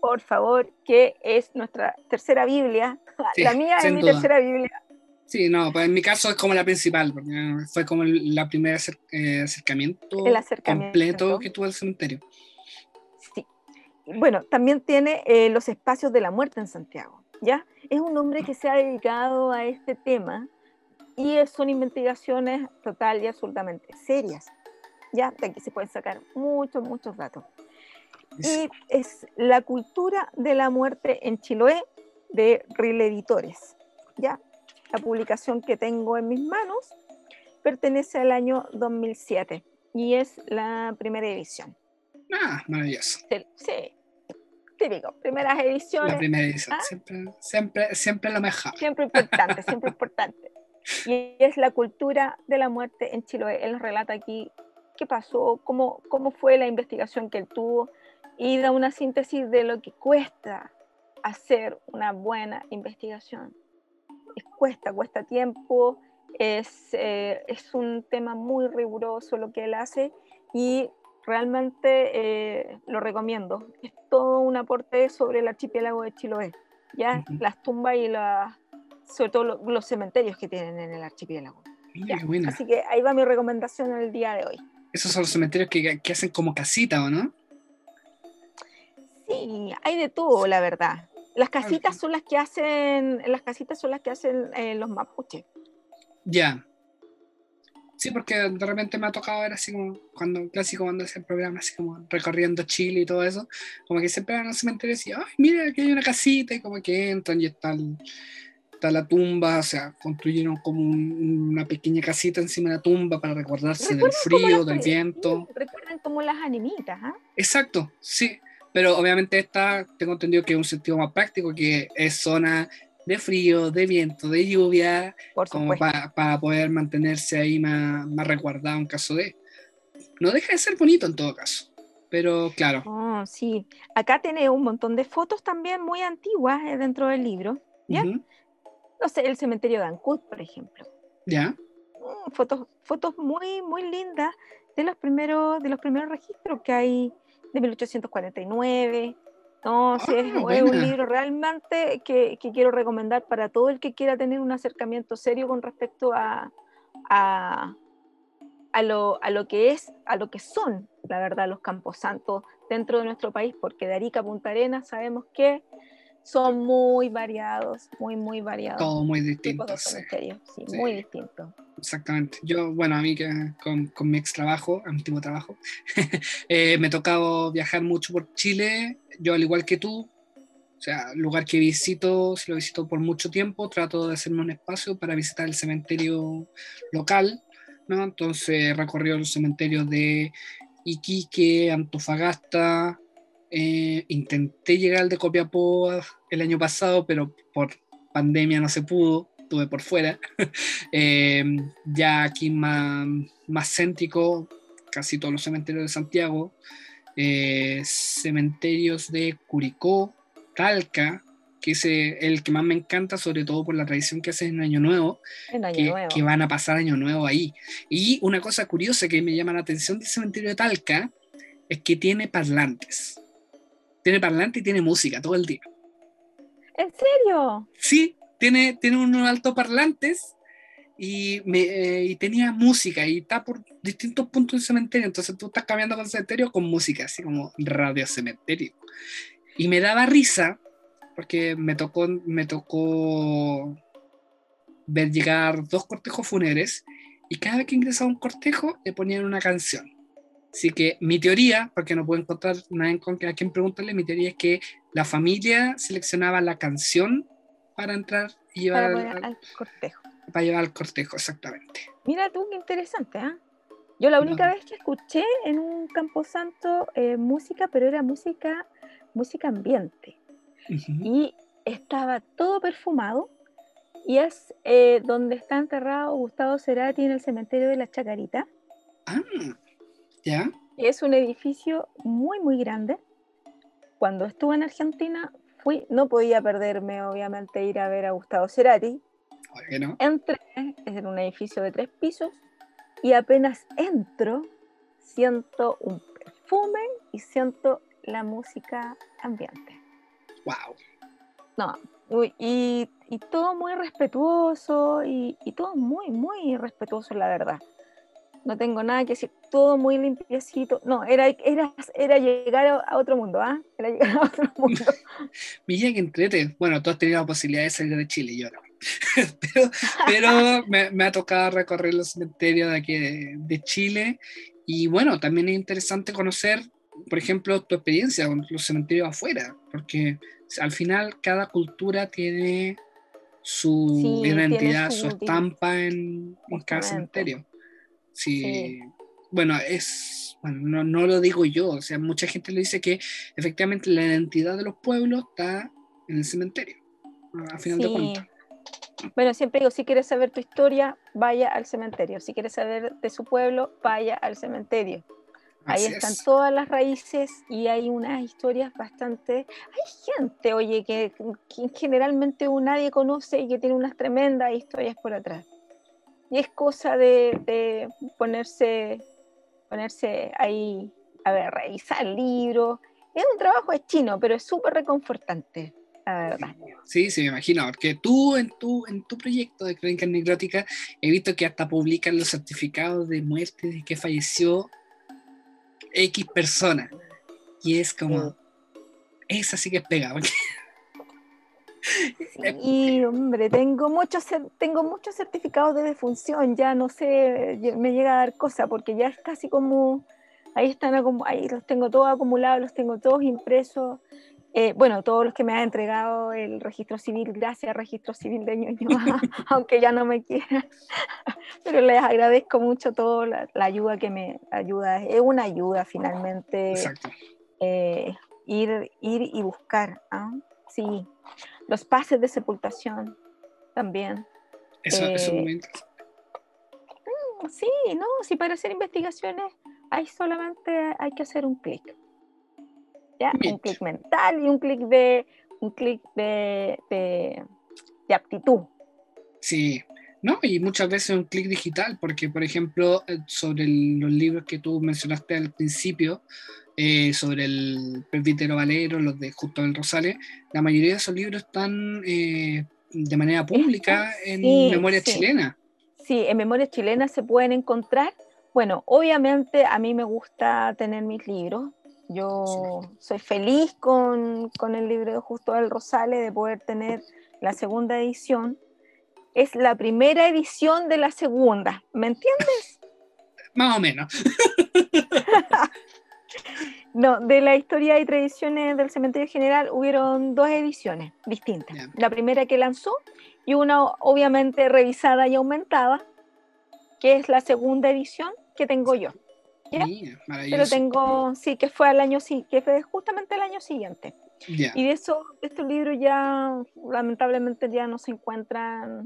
por favor, que es nuestra tercera Biblia. Sí, La mía es sin mi duda. tercera Biblia. Sí, no, pues en mi caso es como la principal, porque fue como la primera El acercamiento completo acercamiento. que tuve al cementerio. Sí. Bueno, también tiene los espacios de la muerte en Santiago, ¿ya? Es un hombre que se ha dedicado a este tema y son investigaciones total y absolutamente serias, ¿ya? De aquí se pueden sacar muchos, muchos datos. Y es La cultura de la muerte en Chiloé, de Ril Editores, ¿ya? La publicación que tengo en mis manos pertenece al año 2007 y es la primera edición. Ah, maravilloso. Sí, típico, primeras La ediciones, primera edición, ¿ah? siempre lo mejor. Siempre importante, siempre importante. Y es la cultura de la muerte en Chiloé. Él nos relata aquí qué pasó, cómo fue la investigación que él tuvo y da una síntesis de lo que cuesta hacer una buena investigación. Cuesta tiempo, es un tema muy riguroso lo que él hace y realmente lo recomiendo. Es todo un aporte sobre el archipiélago de Chiloé, ya las tumbas y sobre todo los cementerios que tienen en el archipiélago. Mira Ya. qué buena. Así que ahí va mi recomendación en el día de hoy. Esos son los cementerios que hacen como casita, ¿o no? Sí, hay de todo, la verdad. Las Ah, casitas son las que hacen los mapuches. ya. Sí, porque de repente me ha tocado ver así como clásico cuando hacen programas así como recorriendo Chile y todo eso, como que siempre van a los cementerios y, ay, mira, aquí hay una casita y como que entran y está la tumba, o sea, construyeron como una pequeña casita encima de la tumba para recordarse del frío, del viento. Recuerdan como las animitas, ¿ah? Exacto, sí, pero obviamente esta tengo entendido que es un sentido más práctico, que es zona de frío, de viento, de lluvia, Por como supuesto. para poder mantenerse ahí más resguardado en caso de... No deja de ser bonito en todo caso, pero claro. Oh, sí. Acá tiene un montón de fotos también muy antiguas dentro del libro, ¿ya? Ujú. No sé, el cementerio de Ancud, por ejemplo. ¿Ya? Fotos muy, muy lindas de los primeros registros que hay de 1849. No, sí, es Ah, un buena. libro realmente que quiero recomendar para todo el que quiera tener un acercamiento serio con respecto a, a lo que son, la verdad, los camposantos dentro de nuestro país, porque de Arica a Punta Arenas sabemos que son muy variados, muy, muy variados Todo muy tipos distinto, de sí. cementerios, sí, Sí, muy distintos. exactamente. Yo, bueno, a mí que con mi ex trabajo, antiguo trabajo, me ha tocado viajar mucho por Chile, yo al igual que tú. O sea, lugar que visito, si lo visito por mucho tiempo, trato de hacerme un espacio para visitar el cementerio local, ¿no? Entonces he recorrido los cementerios de Iquique, Antofagasta, intenté llegar al de Copiapó el año pasado, pero por pandemia no se pudo, estuve por fuera. Eh, ya aquí más céntrico, casi todos los cementerios de Santiago, cementerios de Curicó, Talca, que es el que más me encanta, sobre todo por la tradición que hacen en Año Nuevo, En Año que Nuevo. van a pasar Año Nuevo ahí. Y una cosa curiosa que me llama la atención del cementerio de Talca es que tiene parlantes. Tiene parlantes y tiene música todo el día. ¿En serio? Sí, tiene unos altoparlantes y tenía música y está por distintos puntos del cementerio, entonces tú estás cambiando con cementerio con música, así como radio cementerio. Y me daba risa porque me tocó ver llegar dos cortejos fúnebres y cada vez que ingresaba un cortejo le ponían una canción. Así que mi teoría, porque no puedo encontrar nadie a quien preguntarle, mi teoría es que la familia seleccionaba la canción para entrar y Para poner al cortejo. para llevar al cortejo, exactamente. Mira tú, qué interesante, ¿ah? Yo la única No. vez que escuché en un camposanto música, pero era música ambiente. Uh-huh. Y estaba todo perfumado. Y es donde está enterrado Gustavo Cerati en el cementerio de la Chacarita. Ah, ya. Es un edificio muy, muy grande. Cuando estuve en Argentina, no podía perderme, obviamente, ir a ver a Gustavo Cerati. ¿Por qué no? Entré, es en un edificio de 3 pisos, y apenas entro, siento un perfume y siento la música ambiente. Wow. No, y todo muy respetuoso y todo muy, muy respetuoso, la verdad. No tengo nada que decir, todo muy limpiecito. No, era llegar a otro mundo, ¿ah? Era llegar a otro mundo. Mira que entrete. Bueno, tú has tenido la posibilidad de salir de Chile, yo no. pero me ha tocado recorrer los cementerios de aquí de Chile. Y bueno, también es interesante conocer, por ejemplo, tu experiencia con los cementerios afuera, porque al final cada cultura tiene su Sí, tiene identidad, su su, estampa en cada justamente, cementerio. sí, Sí, bueno, bueno, no lo digo yo, o sea, mucha gente le dice que efectivamente la identidad de los pueblos está en el cementerio, a final de cuentas. sí. Bueno, siempre digo, si quieres saber tu historia, vaya al cementerio. Si quieres saber de su pueblo, vaya al cementerio. Ahí Así están es, todas las raíces y hay unas historias bastante... Hay gente, oye, que generalmente nadie conoce y que tiene unas tremendas historias por atrás. Y es cosa de ponerse ahí, a ver, revisar libros. Es un trabajo de chino, pero es súper reconfortante, la verdad. sí, sí, me imagino, porque tú en tu proyecto de Crónica Necrótica he visto que hasta publican los certificados de muerte de que falleció X persona, y es Sí. como, esa sí que es pega, porque Sí, hombre, tengo muchos certificados de defunción, ya no sé, me llega a dar cosa porque ya es casi como, ahí los tengo todos acumulados, los tengo todos impresos. Bueno, todos los que me ha entregado el registro civil, gracias registro civil de Ñuñoa, aunque ya no me quieran, pero les agradezco mucho toda la ayuda que me ayuda, es una ayuda finalmente, exacto, eh, ir y buscar, ¿ah? Sí, los pases de sepultación también. eso es Eh, muy interesante. sí, no, si para hacer investigaciones solamente hay que hacer un clic, ¿ya? Un Mitch. clic mental y un clic de aptitud. Sí, no, y muchas veces un clic digital, porque por ejemplo, sobre los libros que tú mencionaste al principio, sobre el Presbítero Valero, los de Justo del Rosales, la mayoría de esos libros están de manera Están, pública en sí, memoria sí, chilena. sí, en Memorias Chilenas se pueden encontrar. Bueno, obviamente a mí me gusta tener mis libros. Yo soy feliz con el libro de Justo del Rosales de poder tener la segunda edición. Es la primera edición de la segunda, ¿me entiendes? Más o menos. No, de la historia y tradiciones del Cementerio General hubieron dos ediciones distintas. Ya, La primera que lanzó y una obviamente revisada y aumentada, que es la segunda edición que tengo yo. ¿Ya? mira, Pero maravilloso. tengo, sí, que fue que fue justamente el año siguiente. Ya, Y estos libros ya lamentablemente ya no se encuentran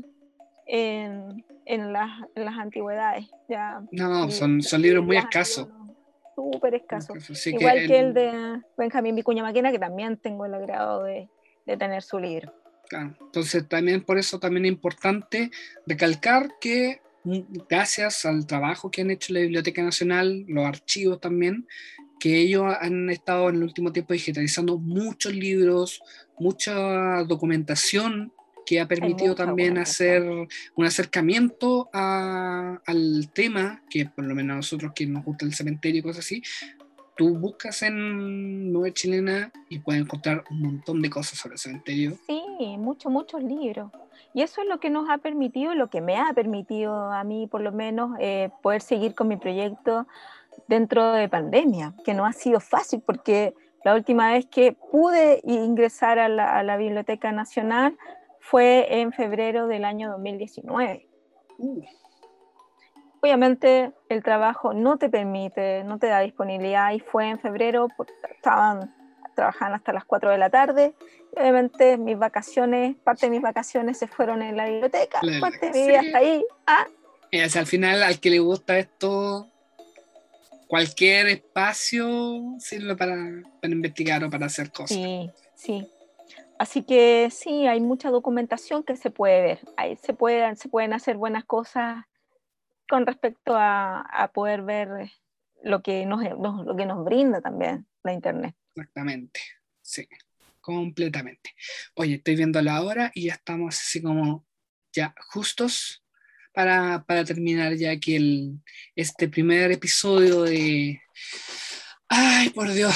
en las antigüedades. Ya, no, libros, son libros muy Biblias escasos. antiguas, no, súper escasos. Así que Igual que el de Benjamín Vicuña Maquena, que también tengo el agrado de tener su libro. claro. Entonces también por eso también es importante recalcar que gracias al trabajo que han hecho la Biblioteca Nacional, los archivos también, que ellos han estado en el último tiempo digitalizando muchos libros, mucha documentación que ha Hay permitido mucha también hacer documentación. un acercamiento al tema, que por lo menos a nosotros que nos gusta el cementerio y cosas así, tú buscas en Nube Chilena y puedes encontrar un montón de cosas sobre el cementerio. Sí, muchos libros. Y eso es lo que nos ha permitido, lo que me ha permitido a mí por lo menos poder seguir con mi proyecto dentro de pandemia, que no ha sido fácil porque la última vez que pude ingresar a la Biblioteca Nacional fue en febrero del año 2019. Uh, Obviamente el trabajo no te permite, no te da disponibilidad y fue en febrero, estaban trabajando hasta las 4 de la tarde. Y obviamente mis vacaciones, parte de mis vacaciones se fueron en la biblioteca, parte de mi vida está sí. ahí. Ah, O sea, al final, al que le gusta esto, cualquier espacio sirve para investigar o para hacer cosas. sí, sí. Así que sí, hay mucha documentación que se puede ver. Ahí se pueden hacer buenas cosas con respecto a poder ver lo que nos brinda también la Internet. Exactamente. Sí, completamente. Oye, estoy viendo la hora y ya estamos así como ya justos para terminar ya aquí este primer episodio de... Ay, por Dios.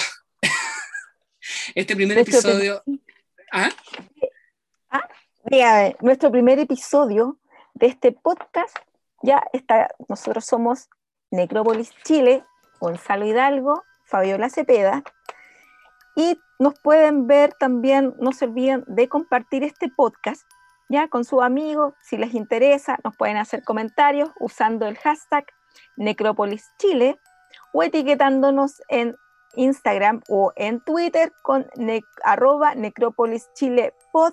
Este primer Nuestro prim- episodio... ¿Ah? ah, dígame, nuestro primer episodio de este podcast ya está. Nosotros somos Necrópolis Chile, Gonzalo Hidalgo, Fabiola Cepeda, y nos pueden ver también. No se olviden de compartir este podcast ya con sus amigos. Si les interesa, nos pueden hacer comentarios usando el hashtag Necrópolis Chile o etiquetándonos en Instagram o en Twitter con @necrópolischilepod,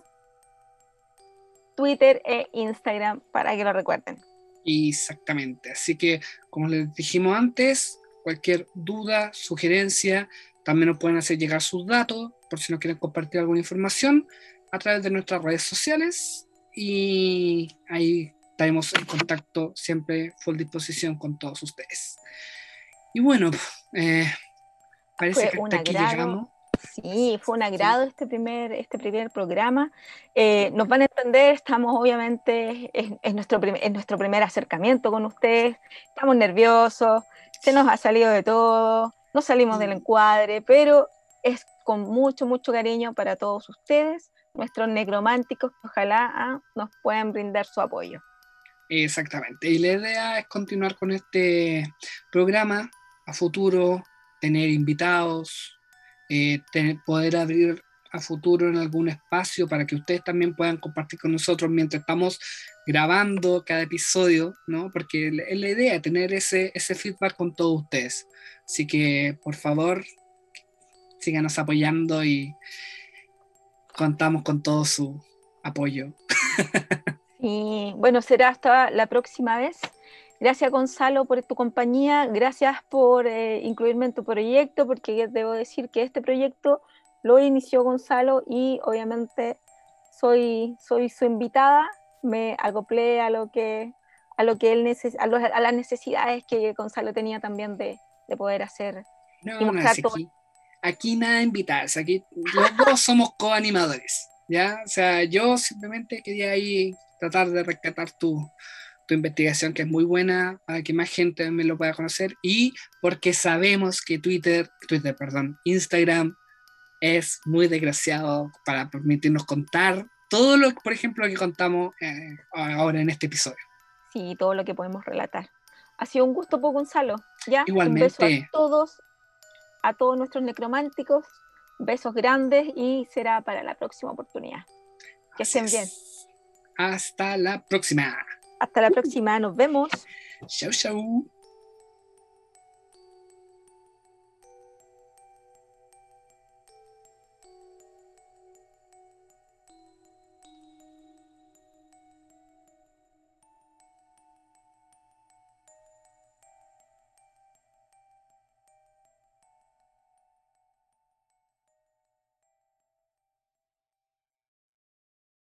Twitter e Instagram, para que lo recuerden. Exactamente. Así que, como les dijimos antes, cualquier duda, sugerencia, también nos pueden hacer llegar sus datos por si nos quieren compartir alguna información a través de nuestras redes sociales y ahí estaremos en contacto, siempre full disposición con todos ustedes. Y bueno, parece Fue que un hasta aquí agrado. llegamos. Sí, fue un agrado este primer programa. Nos van a entender, estamos obviamente, es nuestro primer acercamiento con ustedes, estamos nerviosos, se nos ha salido de todo, no salimos del encuadre, pero es con mucho, mucho cariño para todos ustedes, nuestros necrománticos, que ojalá nos puedan brindar su apoyo. Exactamente. Y la idea es continuar con este programa a futuro, tener invitados, poder abrir a futuro en algún espacio para que ustedes también puedan compartir con nosotros mientras estamos grabando cada episodio, ¿no? Porque es la idea, tener ese feedback con todos ustedes. Así que, por favor, síganos apoyando y contamos con todo su apoyo. Y bueno, será hasta la próxima vez. Gracias, Gonzalo, por tu compañía. Gracias por incluirme en tu proyecto, porque debo decir que este proyecto lo inició Gonzalo y obviamente soy su invitada. Me acoplé a lo que él a las necesidades que Gonzalo tenía también de poder hacer y No, mostrar si todo. aquí nada de invitarse, aquí los dos somos coanimadores, ¿ya? O sea, yo simplemente quería ahí tratar de rescatar tu investigación, que es muy buena, para que más gente me lo pueda conocer, y porque sabemos que Instagram es muy desgraciado para permitirnos contar todo lo, por ejemplo, que contamos ahora en este episodio. Sí, todo lo que podemos relatar. Ha sido un gusto, pues, Gonzalo. Ya, un beso Igualmente, a todos nuestros necrománticos, besos grandes y será para la próxima oportunidad. Que así estén bien. es. Hasta la próxima. Hasta la próxima, nos vemos. Chau, chau.